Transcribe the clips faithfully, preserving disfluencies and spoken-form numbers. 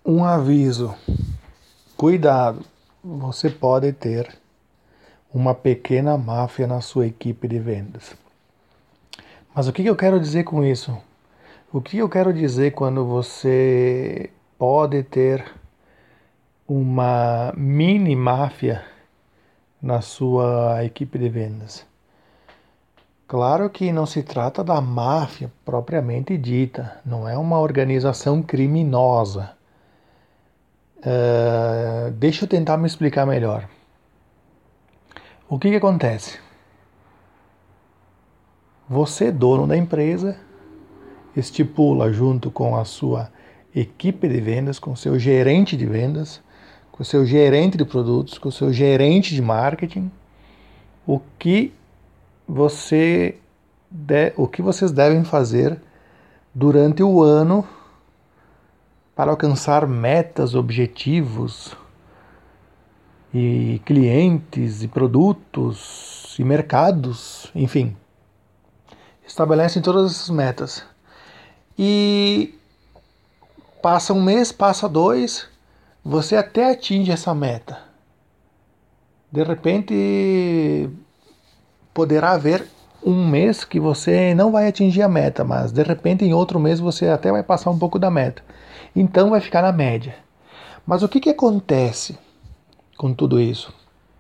Um aviso: cuidado, você pode ter uma pequena máfia na sua equipe de vendas. Mas o que eu quero dizer com isso? O que eu quero dizer quando você pode ter uma mini máfia na sua equipe de vendas? Claro que não se trata da máfia propriamente dita, não é uma organização criminosa. Uh, deixa eu tentar me explicar melhor. O que, que acontece? Você, dono da empresa, estipula junto com a sua equipe de vendas, com o seu gerente de vendas, com o seu gerente de produtos, com o seu gerente de marketing, o que você de, o que vocês devem fazer durante o ano para alcançar metas, objetivos e clientes e produtos e mercados, enfim. Estabelecem todas essas metas. E passa um mês, passa dois, você até atinge essa meta. De repente, poderá haver um mês que você não vai atingir a meta, mas de repente em outro mês você até vai passar um pouco da meta. Então vai ficar na média. Mas o que, que acontece com tudo isso?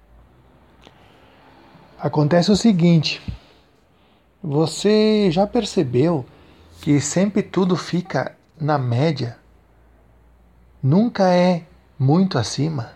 Acontece o seguinte: você já percebeu que sempre tudo fica na média? Nunca é muito acima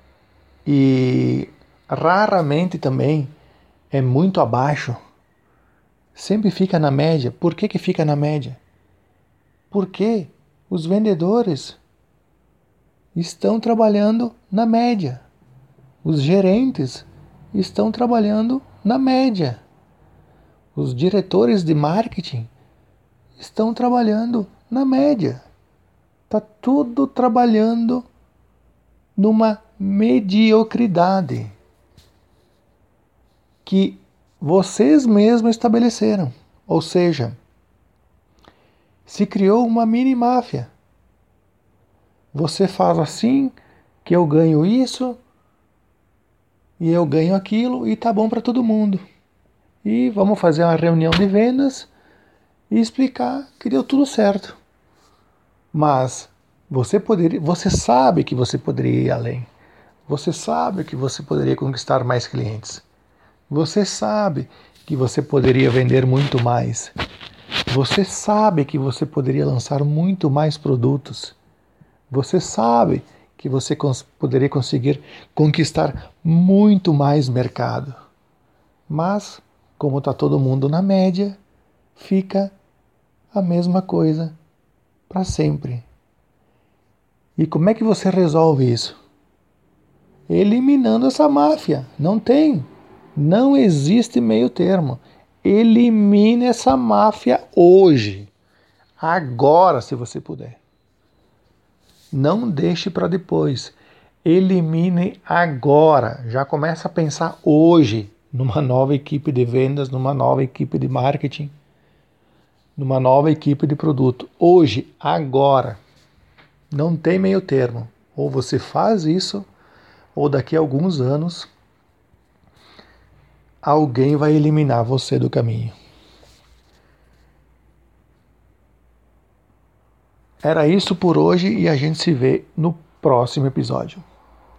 e raramente também é muito abaixo. Sempre fica na média. Por que que fica na média? Porque os vendedores estão trabalhando na média. Os gerentes estão trabalhando na média. Os diretores de marketing estão trabalhando na média. Está tudo trabalhando numa mediocridade que vocês mesmos estabeleceram. Ou seja, se criou uma mini máfia. Você faz assim, que eu ganho isso, e eu ganho aquilo, e tá bom para todo mundo. E vamos fazer uma reunião de vendas e explicar que deu tudo certo. Mas você poderia, você sabe que você poderia ir além. Você sabe que você poderia conquistar mais clientes. Você sabe que você poderia vender muito mais. Você sabe que você poderia lançar muito mais produtos. Você sabe que você cons- poderia conseguir conquistar muito mais mercado. Mas, como está todo mundo na média, fica a mesma coisa para sempre. E como é que você resolve isso? Eliminando essa máfia. Não tem. Não existe meio termo. Elimine essa máfia hoje. Agora, se você puder. Não deixe para depois. Elimine agora. Já começa a pensar hoje numa nova equipe de vendas, numa nova equipe de marketing, numa nova equipe de produto. Hoje, agora. Não tem meio termo. Ou você faz isso, ou daqui a alguns anos alguém vai eliminar você do caminho. Era isso por hoje e a gente se vê no próximo episódio.